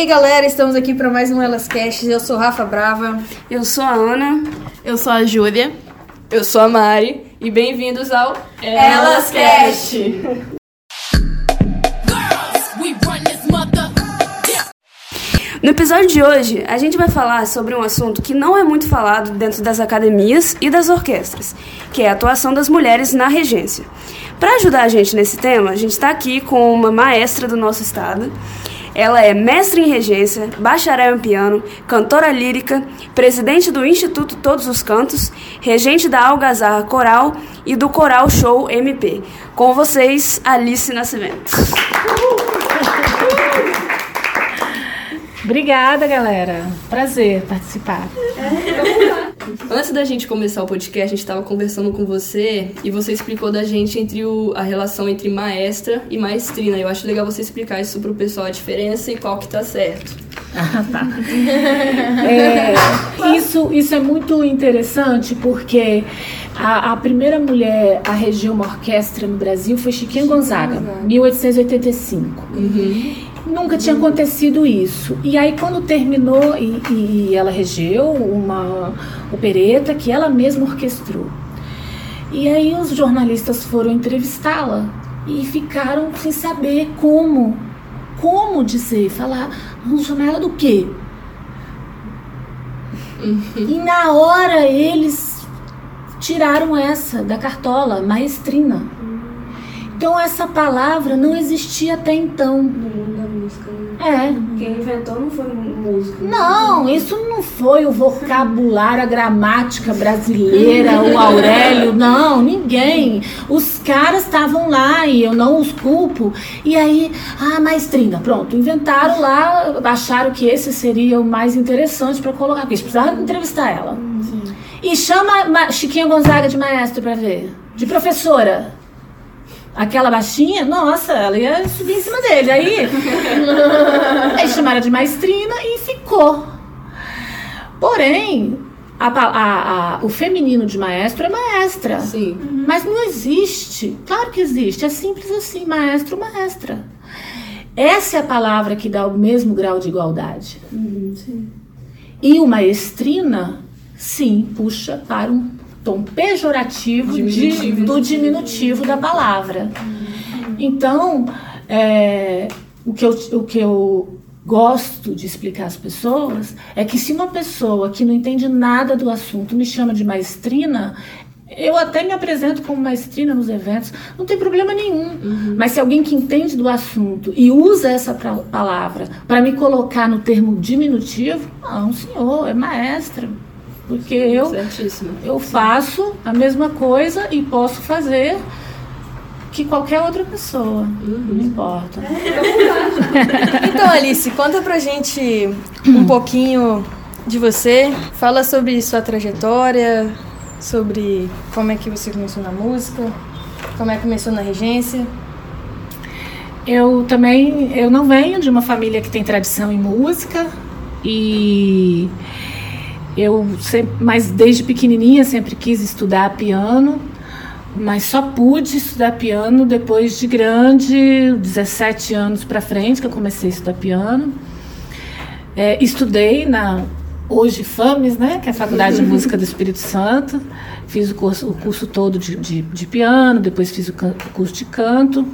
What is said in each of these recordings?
aí, galera, estamos aqui para mais um Elas Cast. Eu sou Rafa Brava. Eu sou a Ana. Eu sou a Júlia. Eu sou a Mari. E bem-vindos ao Elas Cast. No episódio de hoje, a gente vai falar sobre um assunto que não é muito falado dentro das academias e das orquestras, que é a atuação das mulheres na regência. Para ajudar a gente nesse tema, a gente está aqui com uma maestra do nosso estado. Ela é mestre em regência, bacharel em piano, cantora lírica, presidente do Instituto Todos os Cantos, regente da Algazarra Coral e do Coral Show MP. Com vocês, Alice Nascimento. Obrigada, galera. Prazer participar. Antes da gente começar o podcast, a gente estava conversando com você e você explicou da gente a relação entre maestra e maestrina. Eu acho legal você explicar isso pro pessoal, a diferença e qual que tá certo. Tá. Isso é muito interessante porque a primeira mulher a reger uma orquestra no Brasil foi Chiquinha Gonzaga, 1885. Nunca tinha acontecido isso. E aí, quando terminou, e ela regeu uma opereta que ela mesma orquestrou. E aí, os jornalistas foram entrevistá-la e ficaram sem saber como dizer, falar, vamos chamar ela do quê? E na hora, eles tiraram essa da cartola, maestrina. Então, essa palavra não existia até então. No mundo da música, né? Quem inventou não foi música. Não, isso não foi o vocabulário, a gramática brasileira, o Aurélio, não, ninguém. Os caras estavam lá e eu não os culpo. E aí, maestrina, pronto, inventaram lá, acharam que esse seria o mais interessante para colocar, porque eles precisavam entrevistar ela. Sim. E chama Chiquinha Gonzaga de maestro para ver, de professora. Aquela baixinha, nossa, ela ia subir em cima dele. Aí chamaram de maestrina e ficou. Porém, o feminino de maestro é maestra. Sim. Mas não existe. Claro que existe. É simples assim, maestro, maestra. Essa é a palavra que dá o mesmo grau de igualdade. Sim. E o maestrina, sim, puxa para um tom pejorativo do diminutivo da palavra. Então, o que eu gosto de explicar às pessoas é que se uma pessoa que não entende nada do assunto me chama de maestrina, eu até me apresento como maestrina nos eventos, não tem problema nenhum. Mas se alguém que entende do assunto e usa essa palavra para me colocar no diminutivo, não, senhor, é maestra. Porque eu faço a mesma coisa e posso fazer que qualquer outra pessoa. Não importa. Então, Alice, conta pra gente um pouquinho de você. Fala sobre sua trajetória, sobre como é que você começou na música, como é que começou na regência. Eu não venho de uma família que tem tradição em música mas desde pequenininha sempre quis estudar piano, mas só pude estudar piano depois de grande, 17 anos para frente que eu comecei a estudar piano. Estudei na hoje FAMES, né, que é a Faculdade de Música do Espírito Santo, fiz o curso todo de piano, depois fiz o curso de canto.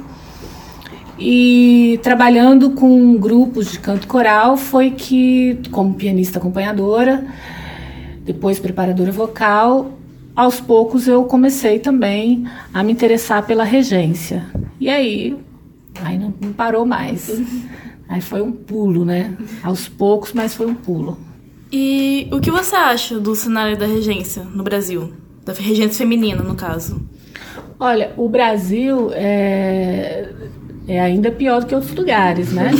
E trabalhando com grupos de canto coral foi que, como pianista acompanhadora, depois preparadora vocal, aos poucos eu comecei também a me interessar pela regência. E aí não parou mais. Aí foi um pulo, né? Aos poucos, mas foi um pulo. E o que você acha do cenário da regência no Brasil? Da regência feminina, no caso? Olha, o Brasil é ainda pior do que outros lugares, né?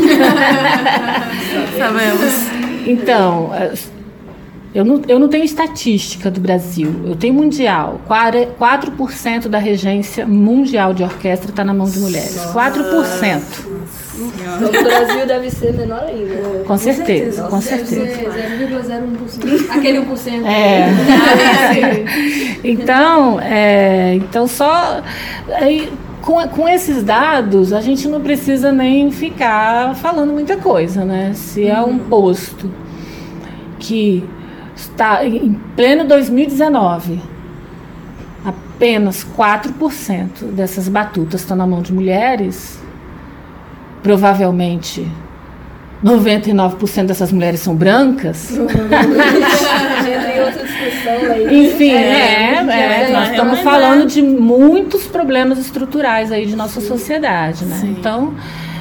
Sabemos. Então, eu não tenho estatística do Brasil, eu tenho mundial. 4% da regência mundial de orquestra está na mão de mulheres. 4%. Então, no Brasil deve ser menor ainda. Com certeza. 0,01%. Aquele 1%. Então só... Aí, Com esses dados, a gente não precisa nem ficar falando muita coisa, né? Se é um posto que está em pleno 2019, apenas 4% dessas batutas estão na mão de mulheres, provavelmente 99% dessas mulheres são brancas. Enfim, nós estamos falando de muitos problemas estruturais aí de nossa sociedade, né? Sim. Então,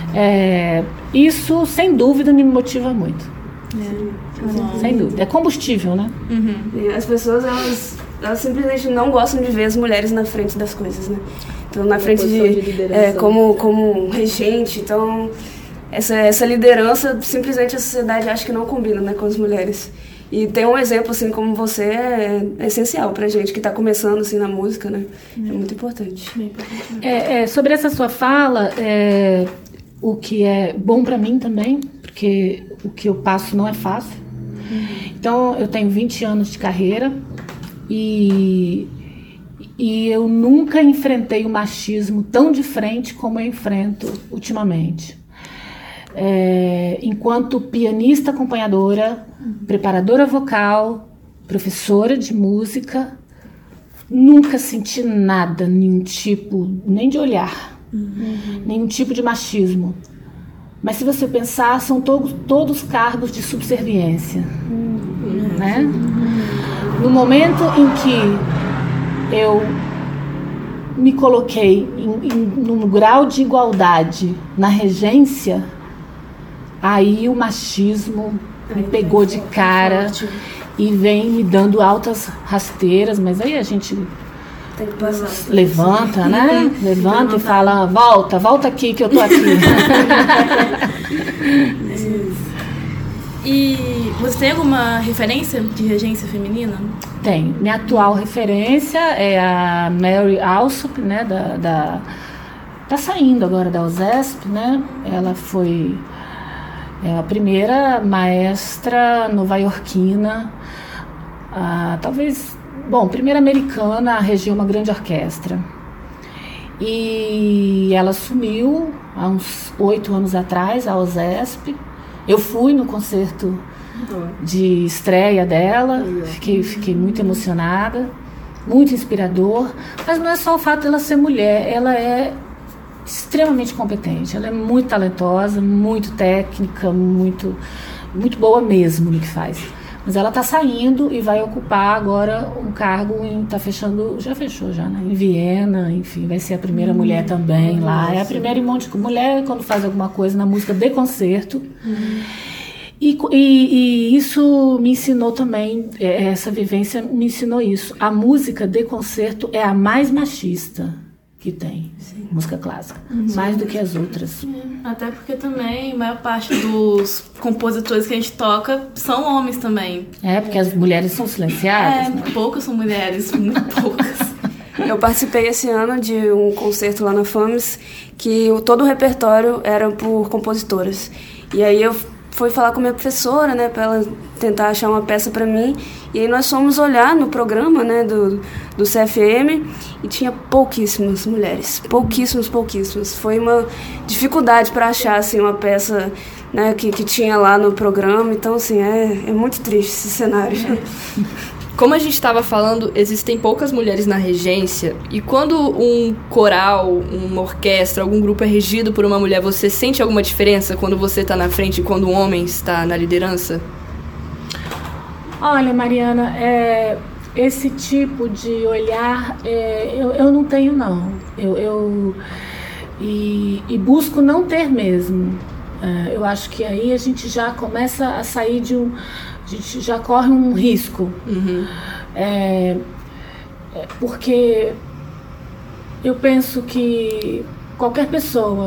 isso sem dúvida me motiva muito. Sem dúvida. É combustível, né? E as pessoas, elas simplesmente não gostam de ver as mulheres na frente das coisas, né? Então, na frente como regente, então... Essa liderança, simplesmente a sociedade acha que não combina, né, com as mulheres. E ter um exemplo, assim, como você é essencial pra gente que está começando, assim, na música, né? É muito importante. Sobre essa sua fala, o que é bom pra mim também, porque o que eu passo não é fácil. Então, eu tenho 20 anos de carreira e eu nunca enfrentei o machismo tão de frente como eu enfrento ultimamente. Enquanto pianista acompanhadora, preparadora vocal, professora de música, nunca senti nada, nenhum tipo, nem de olhar, nenhum tipo de machismo. Mas se você pensar, são todos cargos de subserviência, né? No momento em que eu me coloquei num grau de igualdade na regência, aí o machismo me pegou de cara e vem me dando altas rasteiras, mas aí a gente levanta, né? Levanta e fala, volta aqui que eu tô aqui. E você tem alguma referência de regência feminina? Tenho. Minha atual referência é a Mary Alsop, né? Tá saindo agora da USESP, né? Ela foi a primeira maestra nova-iorquina, primeira americana a reger uma grande orquestra. E ela assumiu há uns 8 anos atrás a USESP. Eu fui no concerto de estreia dela, fiquei muito emocionada, muito inspirador. Mas não é só o fato dela ser mulher, ela é extremamente competente, ela é muito talentosa, muito técnica, muito boa mesmo no que faz. Mas ela está saindo e vai ocupar agora um cargo já fechou, né? Em Viena, enfim, vai ser a primeira mulher também lá. É a primeira em monte de mulher quando faz alguma coisa na música de concerto. E isso me ensinou também, essa vivência me ensinou isso. A música de concerto é a mais machista que tem, música clássica, mais do que as outras. Até porque também a maior parte dos compositores que a gente toca são homens também. Porque as mulheres são silenciadas. Né? Poucas são mulheres, muito poucas. Eu participei esse ano de um concerto lá na FAMES que todo o repertório era por compositoras. E aí eu fui falar com a minha professora, né, para ela tentar achar uma peça para mim. E aí nós fomos olhar no programa, né, do CFM e tinha pouquíssimas mulheres, pouquíssimas. Foi uma dificuldade para achar assim uma peça, né, que tinha lá no programa. Então assim é muito triste esse cenário. Como a gente estava falando, existem poucas mulheres na regência, e quando um coral, uma orquestra, algum grupo é regido por uma mulher, você sente alguma diferença quando você está na frente e quando um homem está na liderança? Olha, Mariana, esse tipo de olhar eu não tenho, não. E busco não ter mesmo. Eu acho que aí a gente já começa a sair a gente já corre um risco. Porque eu penso que qualquer pessoa,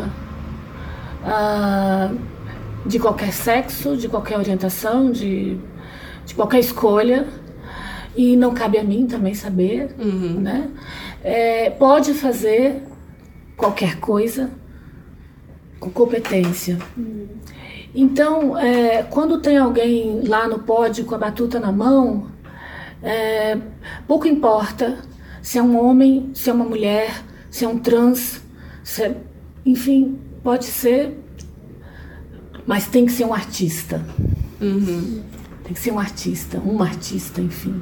de qualquer sexo, de qualquer orientação, de qualquer escolha, e não cabe a mim também saber, né? Pode fazer qualquer coisa com competência. Então, quando tem alguém lá no pódio com a batuta na mão, pouco importa se é um homem, se é uma mulher, se é um trans, Enfim, pode ser, mas tem que ser um artista. Tem que ser um artista, uma artista, enfim.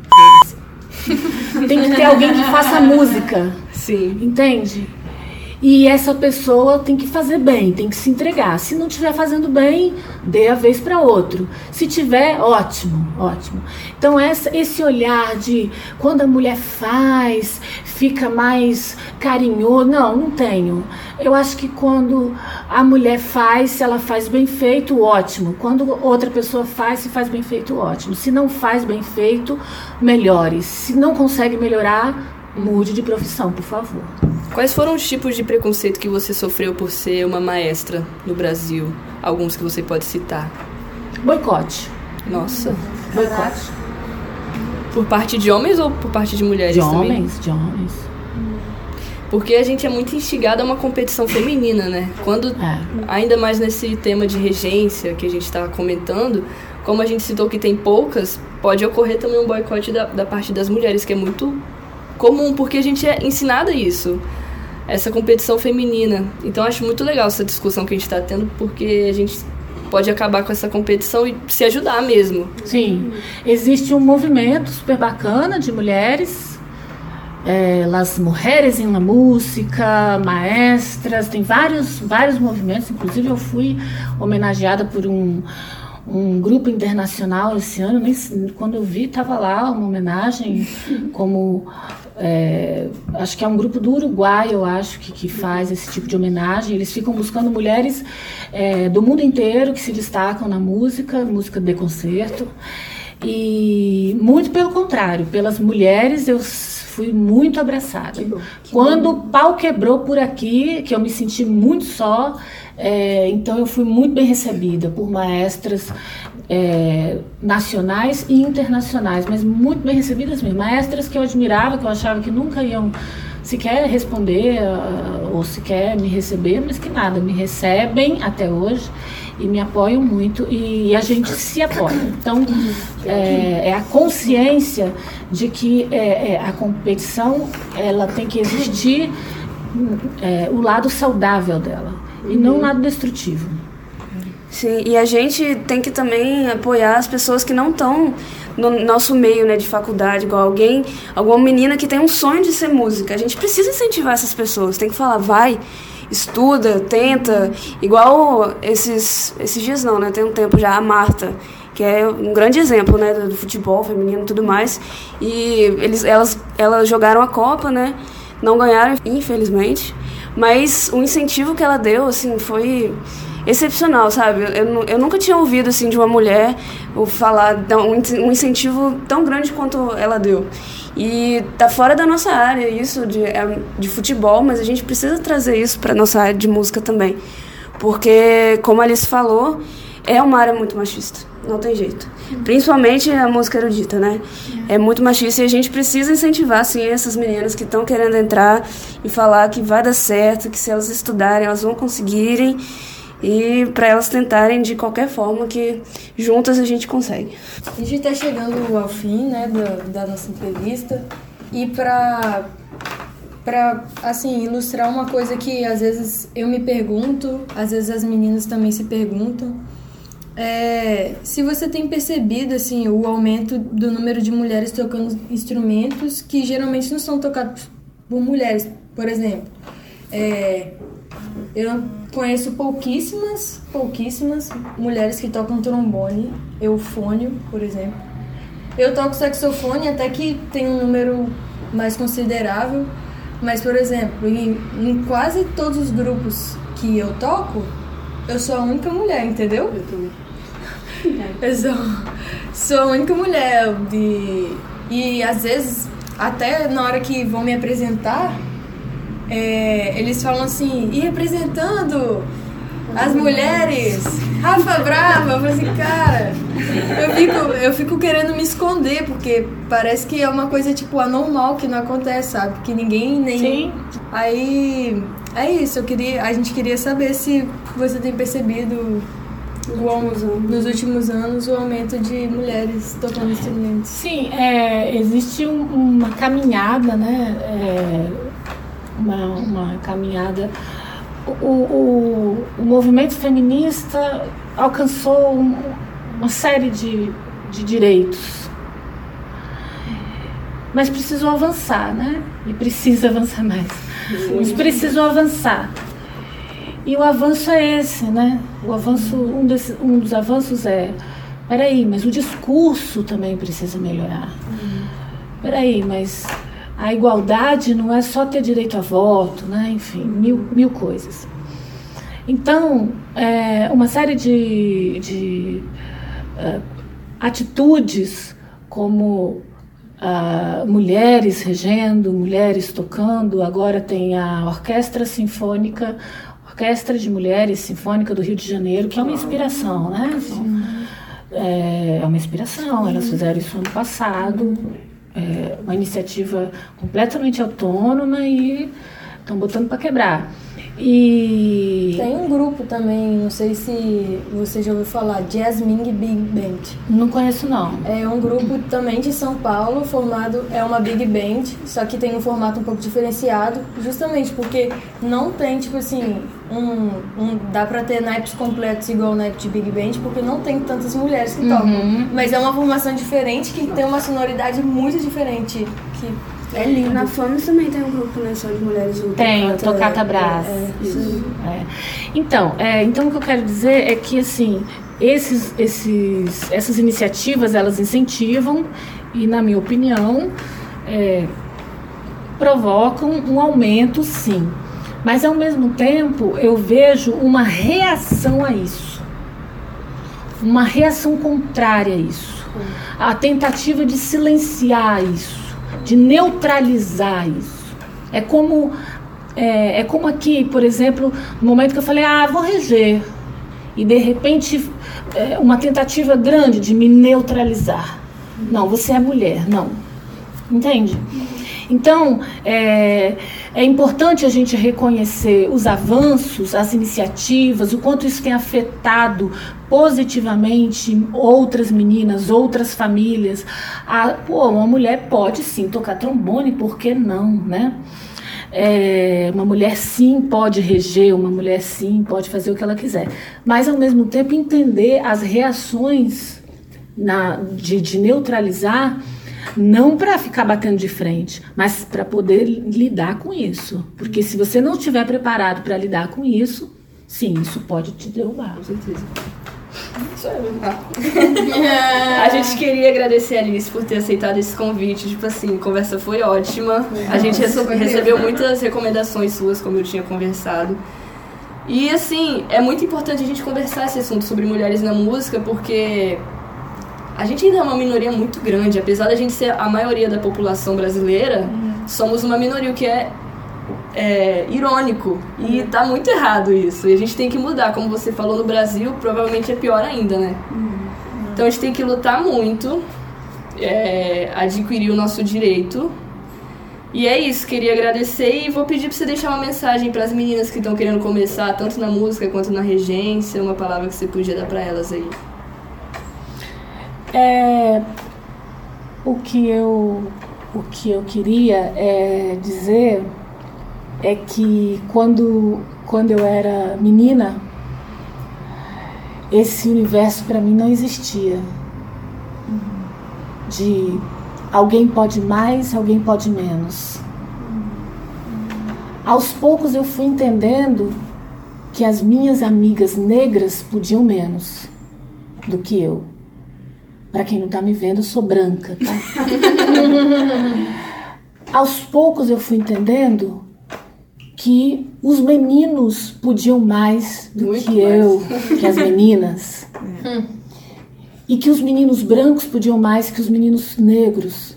Tem que ter alguém que faça música. Sim. Entende? E essa pessoa tem que fazer bem, tem que se entregar. Se não estiver fazendo bem, dê a vez para outro. Se tiver, ótimo, ótimo. Então esse olhar de quando a mulher faz, fica mais carinhoso. Não tenho. Eu acho que quando a mulher faz, se ela faz bem feito, ótimo. Quando outra pessoa faz, se faz bem feito, ótimo. Se não faz bem feito, melhore. Se não consegue melhorar, mude de profissão, por favor. Quais foram os tipos de preconceito que você sofreu por ser uma maestra no Brasil? Alguns que você pode citar. Boicote. Nossa. Boicote. Por parte de homens ou por parte de mulheres também? De homens. Porque a gente é muito instigado a uma competição feminina, né? Quando, ainda mais nesse tema de regência que a gente está comentando, como a gente citou que tem poucas, pode ocorrer também um boicote da parte das mulheres, que é muito comum, porque a gente é ensinada isso, essa competição feminina. Então acho muito legal essa discussão que a gente está tendo, porque a gente pode acabar com essa competição e se ajudar mesmo. Sim, existe um movimento super bacana de mulheres, Las Mujeres en la Música, maestras, tem vários movimentos. Inclusive eu fui homenageada por um grupo internacional esse ano. Quando eu vi, estava lá uma homenagem como... acho que é um grupo do Uruguai, eu acho, que faz esse tipo de homenagem. Eles ficam buscando mulheres do mundo inteiro que se destacam na música de concerto. E muito pelo contrário, pelas mulheres eu fui muito abraçada. Quando o pau quebrou por aqui, que eu me senti muito só, então eu fui muito bem recebida por maestras nacionais e internacionais, mas muito bem recebidas mesmo. Maestras que eu admirava, que eu achava que nunca iam sequer responder ou sequer me receber, mas que nada, me recebem até hoje e me apoiam muito, e a gente se apoia. Então é a consciência de que a competição, ela tem que existir o lado saudável dela e não o lado destrutivo. Sim, e a gente tem que também apoiar as pessoas que não estão no nosso meio, né, de faculdade, igual alguma menina que tem um sonho de ser música. A gente precisa incentivar essas pessoas, tem que falar, vai, estuda, tenta. Igual esses dias não, né, tem um tempo já, a Marta, que é um grande exemplo, né, do futebol feminino e tudo mais. E elas jogaram a Copa, né, não ganharam, infelizmente, mas o incentivo que ela deu, assim, foi excepcional, sabe? Eu nunca tinha ouvido, assim, de uma mulher falar um incentivo tão grande quanto ela deu. E tá fora da nossa área isso de futebol, mas a gente precisa trazer isso para nossa área de música também. Porque, como a Alice falou, é uma área muito machista, não tem jeito. Principalmente a música erudita, né? É muito machista e a gente precisa incentivar, assim, essas meninas que estão querendo entrar e falar que vai dar certo, que se elas estudarem, elas vão conseguirem. E para elas tentarem de qualquer forma, que juntas a gente consegue. A gente está chegando ao fim, né, da nossa entrevista. E para assim, ilustrar uma coisa que às vezes eu me pergunto, às vezes as meninas também se perguntam, se você tem percebido assim, o aumento do número de mulheres tocando instrumentos que geralmente não são tocados por mulheres. Por exemplo, eu conheço pouquíssimas mulheres que tocam trombone, eufônio, por exemplo. Eu toco saxofone, até que tem um número mais considerável, mas, por exemplo, em quase todos os grupos que eu toco, eu sou a única mulher, entendeu? Eu também. Eu sou a única mulher. E às vezes, até na hora que vão me apresentar, eles falam assim, e representando as mulheres, Rafa Brava. Eu falo assim, cara, eu fico querendo me esconder, porque parece que é uma coisa tipo anormal, que não acontece, sabe? Que ninguém nem... Sim. Aí é isso, a gente queria saber se você tem percebido nos últimos anos o aumento de mulheres tocando instrumentos. Sim, existe uma caminhada, né? Uma caminhada o movimento feminista alcançou uma série de direitos, mas precisou avançar, né? E precisa avançar mais. Mas precisou avançar. E o avanço é esse, né? O avanço, um dos avanços é: peraí, mas o discurso também precisa melhorar. Peraí, mas a igualdade não é só ter direito a voto, né? Enfim, mil coisas. Então, uma série de atitudes como mulheres regendo, mulheres tocando. Agora tem a Orquestra de Mulheres Sinfônica do Rio de Janeiro, que é uma inspiração, né? É uma inspiração. Elas fizeram isso ano passado. Uma iniciativa completamente autônoma e estão botando para quebrar. E tem um grupo também, não sei se você já ouviu falar, Jasmine Big Band. Não conheço, não. É um grupo também de São Paulo, formado, é uma big band, só que tem um formato um pouco diferenciado, justamente porque não tem, tipo assim, dá pra ter naipes completos igual o naipe de big band, porque não tem tantas mulheres que tocam. Mas é uma formação diferente, que tem uma sonoridade muito diferente, que é lindo. Na FAMES também tem um grupo, né, só de mulheres. Tem, o Tocata Brás. Então, o que eu quero dizer é que, assim, essas iniciativas, elas incentivam e, na minha opinião, provocam um aumento, sim. Mas, ao mesmo tempo, eu vejo uma reação a isso. Uma reação contrária a isso. A tentativa de silenciar isso, de neutralizar isso. É como aqui, por exemplo, no momento que eu falei, vou reger, e de repente uma tentativa grande de me neutralizar. Não, você é mulher, não. Entende? Então, é importante a gente reconhecer os avanços, as iniciativas, o quanto isso tem afetado positivamente outras meninas, outras famílias. Uma mulher pode sim tocar trombone, por que não, né? Uma mulher sim pode reger, uma mulher sim pode fazer o que ela quiser. Mas, ao mesmo tempo, entender as reações de neutralizar, não para ficar batendo de frente, mas para poder lidar com isso. Porque se você não estiver preparado para lidar com isso, sim, isso pode te derrubar. Com certeza. A gente queria agradecer a Alice por ter aceitado esse convite. Tipo assim, a conversa foi ótima. A gente recebeu muitas recomendações suas, como eu tinha conversado. E assim, é muito importante a gente conversar esse assunto sobre mulheres na música, porque a gente ainda é uma minoria muito grande. Apesar da gente ser a maioria da população brasileira, somos uma minoria, o que é irônico. E tá muito errado isso. E a gente tem que mudar. Como você falou, no Brasil, provavelmente é pior ainda, né? Então a gente tem que lutar muito, adquirir o nosso direito. E é isso, queria agradecer e vou pedir pra você deixar uma mensagem para as meninas que estão querendo começar, tanto na música quanto na regência, uma palavra que você podia dar para elas aí. O que eu queria dizer é que quando eu era menina, esse universo para mim não existia. De alguém pode mais, alguém pode menos. Aos poucos eu fui entendendo que as minhas amigas negras podiam menos do que eu. Para quem não está me vendo, eu sou branca, tá? Aos poucos eu fui entendendo que os meninos podiam mais do muito que mais. Eu, que as meninas. E que os meninos brancos podiam mais que os meninos negros.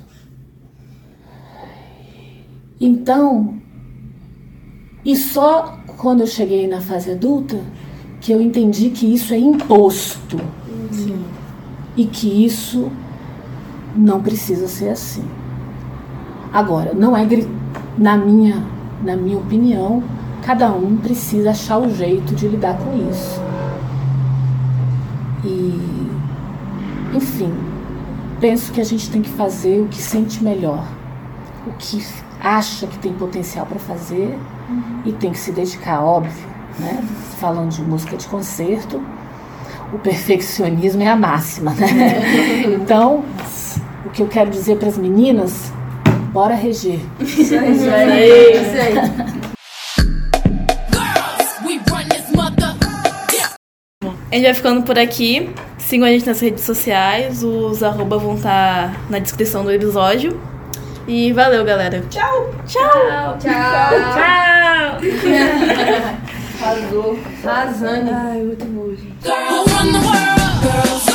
Então, e só quando eu cheguei na fase adulta que eu entendi que isso é imposto. Sim. E que isso não precisa ser assim. Agora, não é na minha opinião, cada um precisa achar o jeito de lidar com isso. E, enfim, penso que a gente tem que fazer o que sente melhor, o que acha que tem potencial para fazer e tem que se dedicar, óbvio. né? Falando de música de concerto, o perfeccionismo é a máxima, né? Então, o que eu quero dizer para as meninas, bora reger. Isso aí. A gente vai ficando por aqui. Sigam a gente nas redes sociais. Os arroba vão estar na descrição do episódio. E valeu, galera. Tchau. Arrasou. Arrasando. Ai, muito bom, gente. Girls run the world. Girls